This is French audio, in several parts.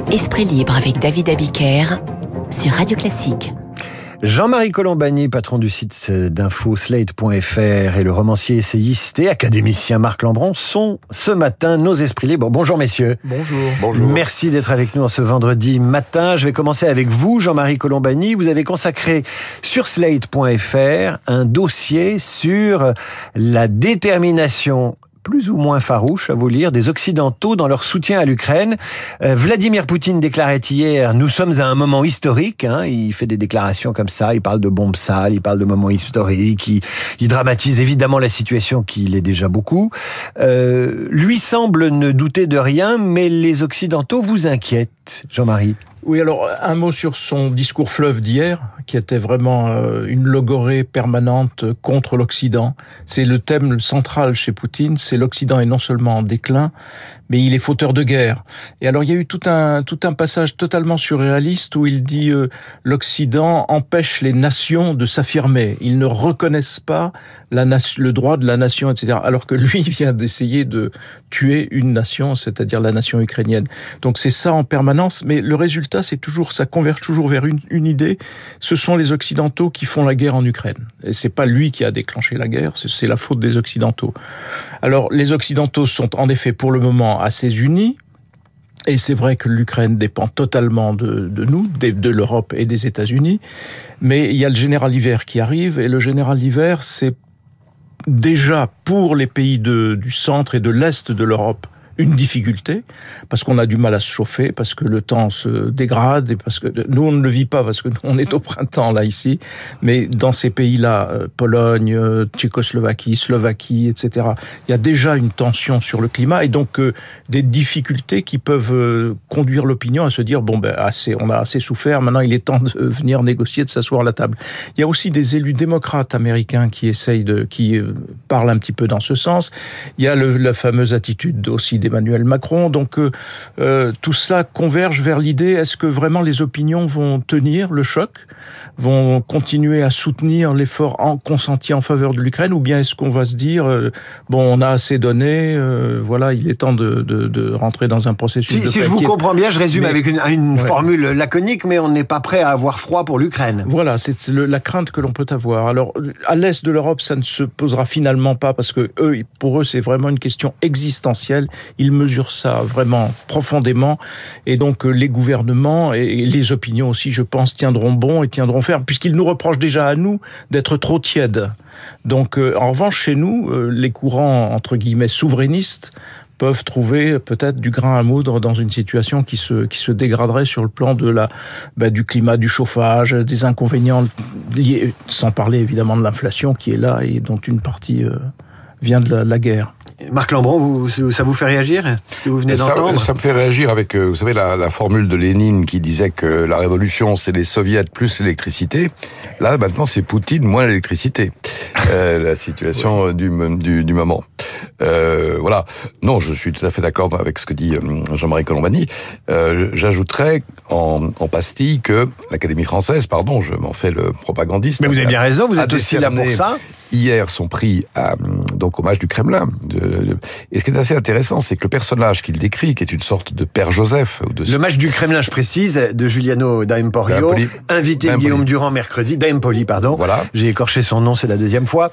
Esprit libre avec David Abiker sur Radio Classique. Jean-Marie Colombani, patron du site d'info Slate.fr, et le romancier essayiste et académicien Marc Lambron sont ce matin nos esprits libres. Bonjour messieurs. Bonjour. Merci d'être avec nous en ce vendredi matin. Je vais commencer avec vous, Jean-Marie Colombani. Vous avez consacré sur Slate.fr un dossier sur la détermination plus ou moins farouche, à vous lire, des Occidentaux dans leur soutien à l'Ukraine. Vladimir Poutine déclarait hier « Nous sommes à un moment historique ». Il fait des déclarations comme ça, il parle de bombes sales, il parle de moments historiques, il dramatise évidemment la situation qui l'est déjà beaucoup. Lui semble ne douter de rien, mais les Occidentaux vous inquiètent, Jean-Marie. Oui, alors un mot sur son discours fleuve d'hier, qui était vraiment une logorrhée permanente contre l'Occident. C'est le thème central chez Poutine, c'est l'Occident est non seulement en déclin, mais il est fauteur de guerre. Et alors il y a eu tout un passage totalement surréaliste où il dit l'Occident empêche les nations de s'affirmer. Ils ne reconnaissent pas le droit de la nation, etc. Alors que lui vient d'essayer de tuer une nation, c'est-à-dire la nation ukrainienne. Donc c'est ça en permanence, mais le résultat, ça converge toujours vers une idée. Ce sont les Occidentaux qui font la guerre en Ukraine. Et c'est pas lui qui a déclenché la guerre, c'est la faute des Occidentaux. Alors, les Occidentaux sont en effet pour le moment assez unis. Et c'est vrai que l'Ukraine dépend totalement de nous, de l'Europe et des États-Unis. Mais il y a le général hiver qui arrive. Et le général hiver, c'est déjà pour les pays du centre et de l'est de l'Europe une difficulté, parce qu'on a du mal à se chauffer, parce que le temps se dégrade, et parce que nous, on ne le vit pas, parce que nous, on est au printemps, là, ici, mais dans ces pays-là, Pologne, Tchécoslovaquie, Slovaquie, etc., il y a déjà une tension sur le climat, et donc des difficultés qui peuvent conduire l'opinion à se dire, on a assez souffert, maintenant il est temps de venir négocier, de s'asseoir à la table. Il y a aussi des élus démocrates américains qui parlent un petit peu dans ce sens. Il y a la fameuse attitude aussi d'Emmanuel Macron. Donc tout ça converge vers l'idée, est-ce que vraiment les opinions vont tenir le choc, vont continuer à soutenir l'effort consenti en faveur de l'Ukraine, ou bien est-ce qu'on va se dire, on a assez donné, il est temps de rentrer dans un processus de paix. Si je vous comprends bien, je résume avec une formule laconique, mais on n'est pas prêt à avoir froid pour l'Ukraine. Voilà, c'est la crainte que l'on peut avoir. Alors, à l'est de l'Europe, ça ne se posera finalement pas, parce que pour eux, c'est vraiment une question existentielle. Ils mesurent ça vraiment profondément, et donc les gouvernements et les opinions aussi, je pense, tiendront bon et tiendront ferme, puisqu'ils nous reprochent déjà à nous d'être trop tièdes. Donc, en revanche, chez nous, les courants, entre guillemets, souverainistes, peuvent trouver peut-être du grain à moudre dans une situation qui se dégraderait sur le plan du climat, du chauffage, des inconvénients liés, sans parler évidemment de l'inflation qui est là et dont une partie vient de la guerre. Marc Lambron, ça vous fait réagir, ce que vous venez d'entendre ? Ça me fait réagir avec, vous savez, la formule de Lénine qui disait que la révolution, c'est les soviets plus l'électricité. Là, maintenant, c'est Poutine moins l'électricité. La situation du moment. Voilà. Non, je suis tout à fait d'accord avec ce que dit Jean-Marie Colombani. J'ajouterais en pastille que l'Académie française, je m'en fais le propagandiste. Mais vous avez bien raison, vous êtes aussi là pour ça. Hier, son prix au mage du Kremlin. Et ce qui est assez intéressant, c'est que le personnage qu'il décrit, qui est une sorte de Père Joseph... Le mage du Kremlin, je précise, de Giuliano d'Emporio, invité Guillaume Durand mercredi, d'Empoli, pardon. Voilà. J'ai écorché son nom, c'est la deuxième fois.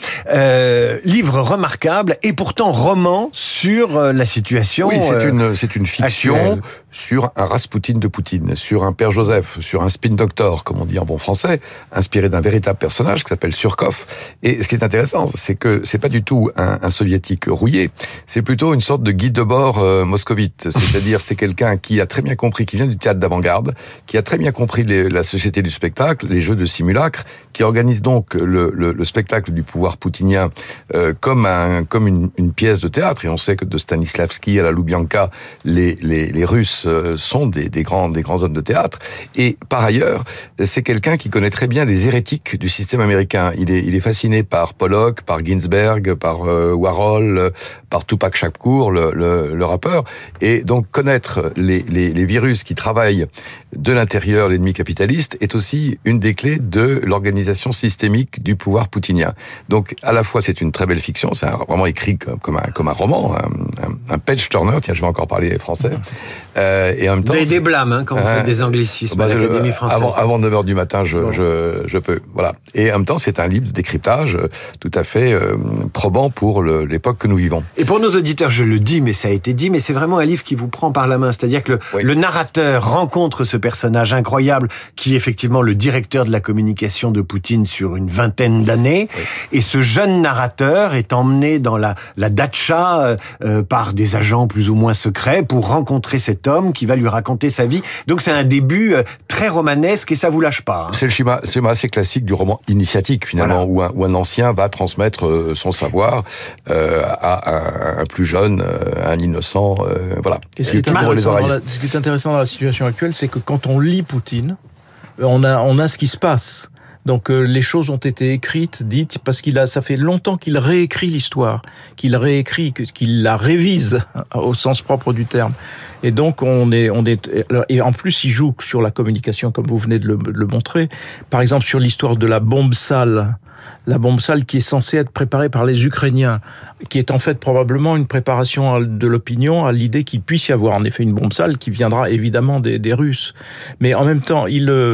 Livre remarquable, et pourtant roman sur la situation. Oui, c'est une fiction actuelle. Sur un Raspoutine de Poutine, sur un Père Joseph, sur un spin doctor, comme on dit en bon français, inspiré d'un véritable personnage qui s'appelle Surkov. Et ce qui est intéressant, c'est que c'est pas du tout un soviétique rouillé, c'est plutôt une sorte de guide de bord moscovite. C'est-à-dire, c'est quelqu'un qui a très bien compris, qui vient du théâtre d'avant-garde, qui a très bien compris la société du spectacle, les jeux de simulacre, qui organise donc le spectacle du pouvoir poutinien comme une pièce de théâtre. Et on sait que de Stanislavski à la Loubianka, les Russes sont des grands hommes de théâtre. Et par ailleurs, c'est quelqu'un qui connaît très bien les hérétiques du système américain. Il est fasciné par Pollock, par Ginsberg, par Warhol, par Tupac Shakur, le rappeur. Et donc connaître les virus qui travaillent de l'intérieur l'ennemi capitaliste est aussi une des clés de l'organisation systémique du pouvoir poutinien. Donc à la fois c'est une très belle fiction, c'est vraiment écrit comme un roman, un page turner, tiens, je vais encore parler français. Et en même temps, des blâmes quand vous faites des anglicismes à l'Académie française. Avant 9h du matin, je peux. Voilà. Et en même temps, c'est un livre de décryptage tout à fait probant pour l'époque que nous vivons. Et pour nos auditeurs, je le dis, mais ça a été dit, mais c'est vraiment un livre qui vous prend par la main. C'est-à-dire que le narrateur rencontre ce personnage incroyable qui est effectivement le directeur de la communication de Poutine sur une vingtaine d'années. Oui. Et ce jeune narrateur est emmené dans la datcha par des agents plus ou moins secrets pour rencontrer cet homme qui va lui raconter sa vie. Donc c'est un début très romanesque et ça vous lâche pas. C'est le schéma assez classique du roman initiatique finalement, où un ancien va transmettre son savoir à un plus jeune, un innocent, voilà. Et ce qui est intéressant dans la situation actuelle, c'est que quand on lit Poutine, on a ce qui se passe. Donc les choses ont été écrites, dites, parce ça fait longtemps qu'il réécrit l'histoire, qu'il la révise au sens propre du terme. Et donc et en plus il joue sur la communication comme vous venez de le montrer. Par exemple sur l'histoire de la bombe sale qui est censée être préparée par les Ukrainiens, qui est en fait probablement une préparation de l'opinion à l'idée qu'il puisse y avoir en effet une bombe sale qui viendra évidemment des Russes. Mais en même temps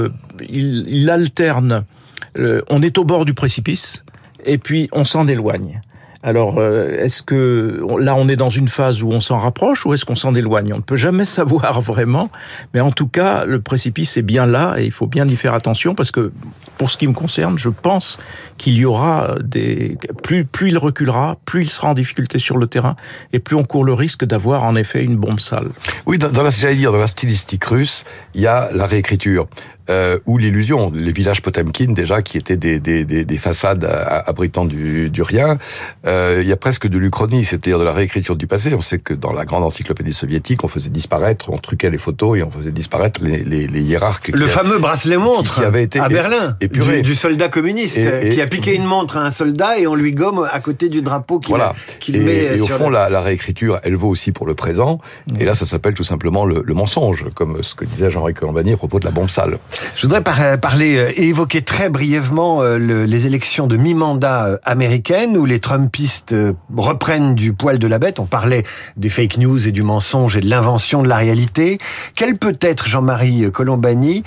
il alterne. On est au bord du précipice et puis on s'en éloigne. Alors, est-ce que là on est dans une phase où on s'en rapproche ou est-ce qu'on s'en éloigne ? On ne peut jamais savoir vraiment, mais en tout cas, le précipice est bien là et il faut bien y faire attention parce que, pour ce qui me concerne, je pense qu'il y aura plus il reculera, plus il sera en difficulté sur le terrain et plus on court le risque d'avoir en effet une bombe sale. Oui, dans la stylistique russe, il y a la réécriture. Ou l'illusion, les villages Potemkin déjà qui étaient des façades abritant du rien. Il y a presque de l'Uchronie, c'est-à-dire de la réécriture du passé. On sait que dans la grande encyclopédie soviétique, on faisait disparaître, on truquait les photos et on faisait disparaître les hiérarques. Le fameux bracelet montre qui avait été à Berlin, du soldat communiste qui a piqué une montre à un soldat et on lui gomme à côté du drapeau qu'il met sur. Et au fond, la réécriture, elle vaut aussi pour le présent. Et là, ça s'appelle tout simplement le mensonge, comme ce que disait Jean-Henri Colombani à propos de la bombe sale. Je voudrais parler et évoquer très brièvement les élections de mi-mandat américaines où les Trumpistes reprennent du poil de la bête. On parlait des fake news et du mensonge et de l'invention de la réalité. Quel peut être, Jean-Marie Colombani,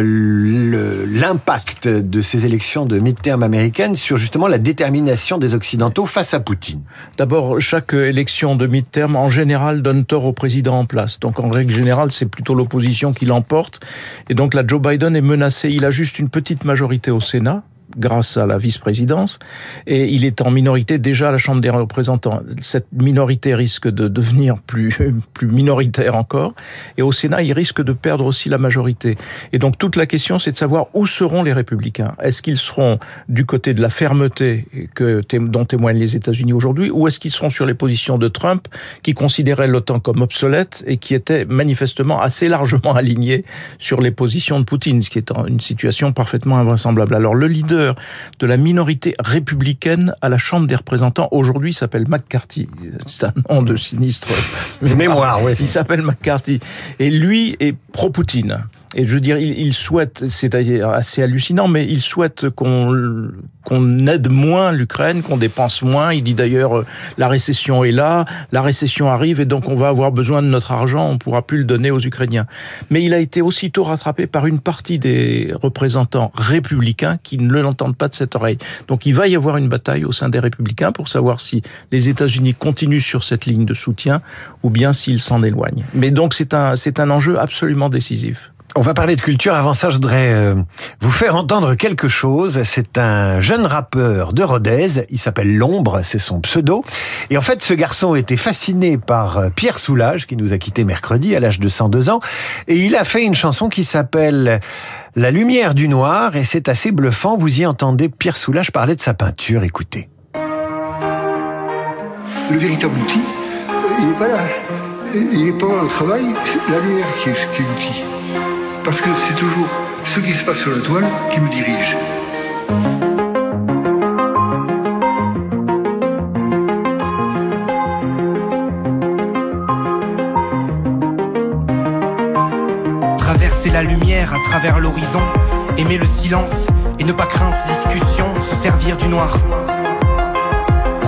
l'impact de ces élections de mi-terme américaines sur justement la détermination des Occidentaux face à Poutine ? D'abord, chaque élection de mi-terme, en général, donne tort au président en place. Donc, en règle générale, c'est plutôt l'opposition qui l'emporte. Et donc, là, Joe Biden est menacé. Il a juste une petite majorité au Sénat, grâce à la vice-présidence, et il est en minorité déjà à la Chambre des représentants. Cette minorité risque de devenir plus minoritaire encore, et au Sénat, il risque de perdre aussi la majorité. Et donc toute la question, c'est de savoir où seront les républicains. Est-ce qu'ils seront du côté de la fermeté dont témoignent les États-Unis aujourd'hui, ou est-ce qu'ils seront sur les positions de Trump, qui considérait l'OTAN comme obsolète et qui était manifestement assez largement aligné sur les positions de Poutine, ce qui est une situation parfaitement invraisemblable. Alors le leader de la minorité républicaine à la Chambre des représentants aujourd'hui s'appelle McCarthy. C'est un nom de sinistre mémoire, oui. Il s'appelle McCarthy. Et lui est pro-Poutine. Et je veux dire, il souhaite, c'est assez hallucinant, mais il souhaite qu'on aide moins l'Ukraine, qu'on dépense moins. Il dit d'ailleurs, la récession est là, la récession arrive et donc on va avoir besoin de notre argent, on ne pourra plus le donner aux Ukrainiens. Mais il a été aussitôt rattrapé par une partie des représentants républicains qui ne l'entendent pas de cette oreille. Donc il va y avoir une bataille au sein des républicains pour savoir si les États-Unis continuent sur cette ligne de soutien ou bien s'ils s'en éloignent. Mais donc c'est un enjeu absolument décisif. On va parler de culture. Avant ça, je voudrais vous faire entendre quelque chose. C'est un jeune rappeur de Rodez. Il s'appelle L'Ombre, c'est son pseudo. Et en fait, ce garçon était fasciné par Pierre Soulages, qui nous a quittés mercredi à l'âge de 102 ans. Et il a fait une chanson qui s'appelle La lumière du noir. Et c'est assez bluffant. Vous y entendez Pierre Soulages parler de sa peinture. Écoutez. Le véritable outil, il n'est pas là. Il n'est pas dans le travail. C'est la lumière qui est l'outil. Parce que c'est toujours ce qui se passe sur la toile qui me dirige. Traverser la lumière à travers l'horizon, aimer le silence et ne pas craindre ces discussions, se servir du noir.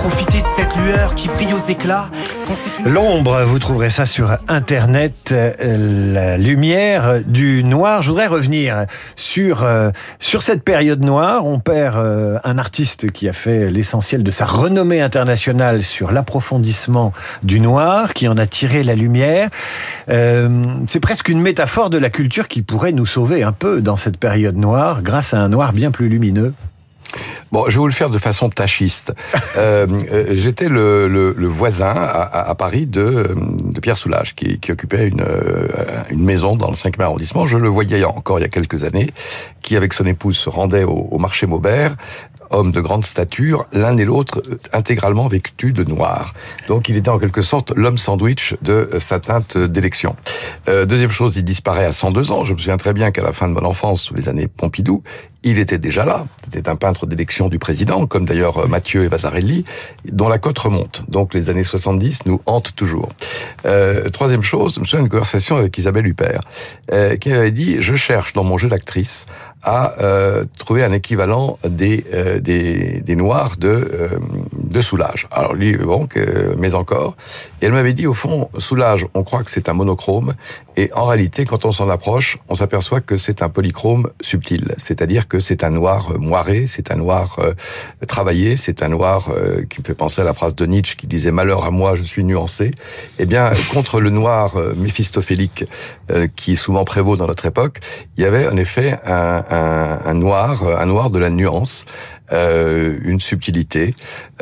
profiter de cette lueur qui brille aux éclats. L'ombre, vous trouverez ça sur Internet, la lumière du noir. Je voudrais revenir sur cette période noire. On perd un artiste qui a fait l'essentiel de sa renommée internationale sur l'approfondissement du noir, qui en a tiré la lumière. C'est presque une métaphore de la culture qui pourrait nous sauver un peu dans cette période noire, grâce à un noir bien plus lumineux. Bon, je vais vous le faire de façon tachiste. J'étais le voisin à Paris de Pierre Soulages, qui occupait une maison dans le 5e arrondissement. Je le voyais encore il y a quelques années, qui avec son épouse se rendait au marché Maubert, hommes de grande stature, l'un et l'autre intégralement vêtus de noir. Donc il était en quelque sorte l'homme sandwich de sa teinte d'élection. Deuxième chose, il disparaît à 102 ans. Je me souviens très bien qu'à la fin de mon enfance, sous les années Pompidou, il était déjà là. C'était un peintre d'élection du président, comme d'ailleurs Mathieu et Vasarely, dont la cote remonte. Donc les années 70 nous hantent toujours. Troisième chose, je me souviens d'une conversation avec Isabelle Huppert, qui avait dit « Je cherche dans mon jeu d'actrice à trouver un équivalent des noirs de Soulages. » Alors lui, bon, mais encore. Et elle m'avait dit, au fond, Soulages, on croit que c'est un monochrome, et en réalité, quand on s'en approche, on s'aperçoit que c'est un polychrome subtil. C'est-à-dire que c'est un noir moiré, c'est un noir travaillé, c'est un noir qui me fait penser à la phrase de Nietzsche qui disait « Malheur à moi, je suis nuancé ». Eh bien, contre le noir méphistophélique qui souvent prévaut dans notre époque, il y avait en effet un noir de la nuance, une subtilité.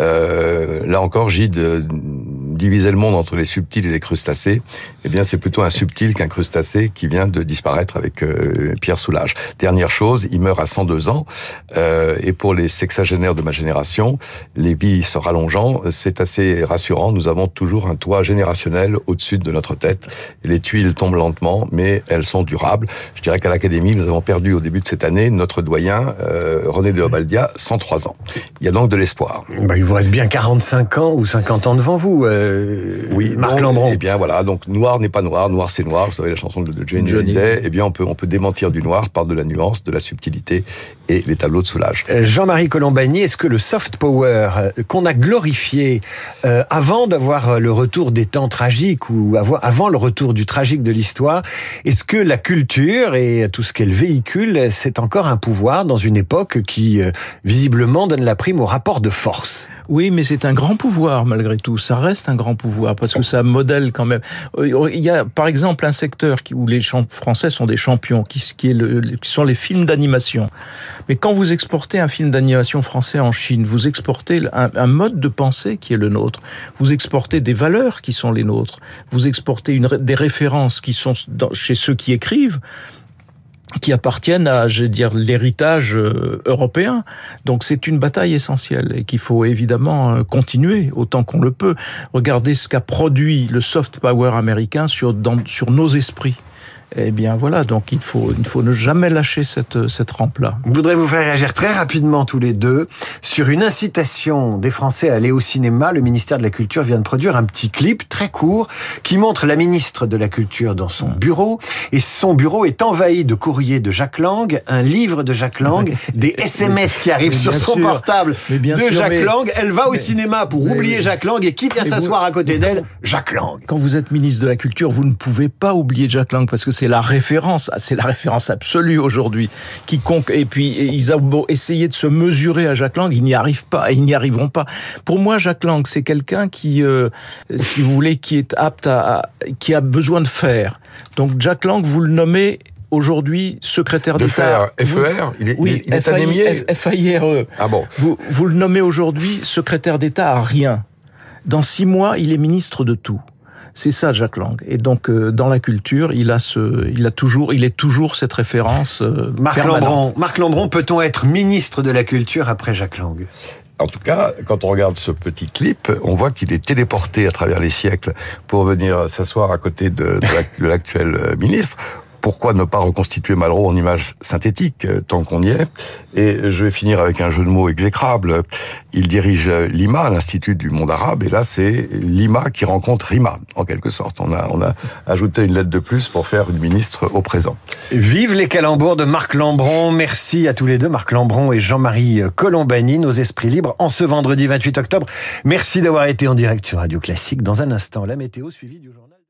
Là encore, Gide divisait le monde entre les subtils et les crustacés. Eh bien, c'est plutôt un subtil qu'un crustacé qui vient de disparaître avec Pierre Soulages. Dernière chose, il meurt à 102 ans. Et pour les sexagénaires de ma génération, les vies se rallongeant, c'est assez rassurant. Nous avons toujours un toit générationnel au-dessus de notre tête. Les tuiles tombent lentement, mais elles sont durables. Je dirais qu'à l'Académie, nous avons perdu au début de cette année notre doyen, René de Obaldia, 103 ans. Il y a donc de l'espoir. Il vous reste bien 45 ans ou 50 ans devant vous, oui, Marc Lambron. Eh bien voilà, donc noir n'est pas noir, noir c'est noir. Vous savez la chanson de Johnny Hallyday. Eh bien on peut démentir du noir par de la nuance, de la subtilité et les tableaux de Soulages. Jean-Marie Colombani, est-ce que le soft power qu'on a glorifié avant d'avoir le retour des temps tragiques ou avant le retour du tragique de l'histoire, est-ce que la culture et tout ce qu'elle véhicule, c'est encore un pouvoir dans une époque qui visiblement donne la prime au rapport de force? Oui, mais c'est un grand pouvoir malgré tout. Ça reste un grand pouvoir parce que ça modèle quand même. Il y a par exemple un secteur où les Français sont des champions, qui sont les films d'animation. Mais quand vous exportez un film d'animation français en Chine, vous exportez un mode de pensée qui est le nôtre. Vous exportez des valeurs qui sont les nôtres. Vous exportez des références qui sont chez ceux qui écrivent, qui appartiennent à, je veux dire, l'héritage européen. Donc c'est une bataille essentielle et qu'il faut évidemment continuer autant qu'on le peut. Regardez ce qu'a produit le soft power américain sur nos esprits. Eh bien voilà, donc il faut ne jamais lâcher cette rampe-là. Je voudrais vous faire réagir très rapidement tous les deux sur une incitation des Français à aller au cinéma. Le ministère de la Culture vient de produire un petit clip très court qui montre la ministre de la Culture dans son bureau. Et son bureau est envahi de courriers de Jack Lang, un livre de Jack Lang, des SMS qui arrivent sur son portable de Jack Lang. Elle va au cinéma pour oublier Jack Lang et qui vient s'asseoir à côté d'elle? Jack Lang. Quand vous êtes ministre de la Culture, vous ne pouvez pas oublier Jack Lang parce que c'est la référence absolue aujourd'hui. Quiconque, et puis ils ont beau essayer de se mesurer à Jack Lang, ils n'y arrivent pas et ils n'y arriveront pas. Pour moi, Jack Lang, c'est quelqu'un qui, si vous voulez, qui est apte qui a besoin de faire. Donc Jack Lang, vous le nommez aujourd'hui secrétaire d'État. De faire, FER, il est anémié. FAIRE. Ah bon. Vous le nommez aujourd'hui secrétaire d'État à rien. Dans 6 mois, il est ministre de tout. C'est ça, Jack Lang. Et donc, dans la culture, il est toujours cette référence permanente. Marc Lambron, peut-on être ministre de la Culture après Jack Lang? En tout cas, quand on regarde ce petit clip, on voit qu'il est téléporté à travers les siècles pour venir s'asseoir à côté de l'actuel ministre. pourquoi ne pas reconstituer Malraux en image synthétique, tant qu'on y est. Et je vais finir avec un jeu de mots exécrable. Il dirige l'IMA, l'Institut du monde arabe, et là c'est l'IMA qui rencontre RIMA, en quelque sorte. On a ajouté une lettre de plus pour faire une ministre au présent. Vive les calembours de Marc Lambron. Merci à tous les deux, Marc Lambron et Jean-Marie Colombani, nos esprits libres, en ce vendredi 28 octobre. Merci d'avoir été en direct sur Radio Classique. Dans un instant, la météo suivie du journal.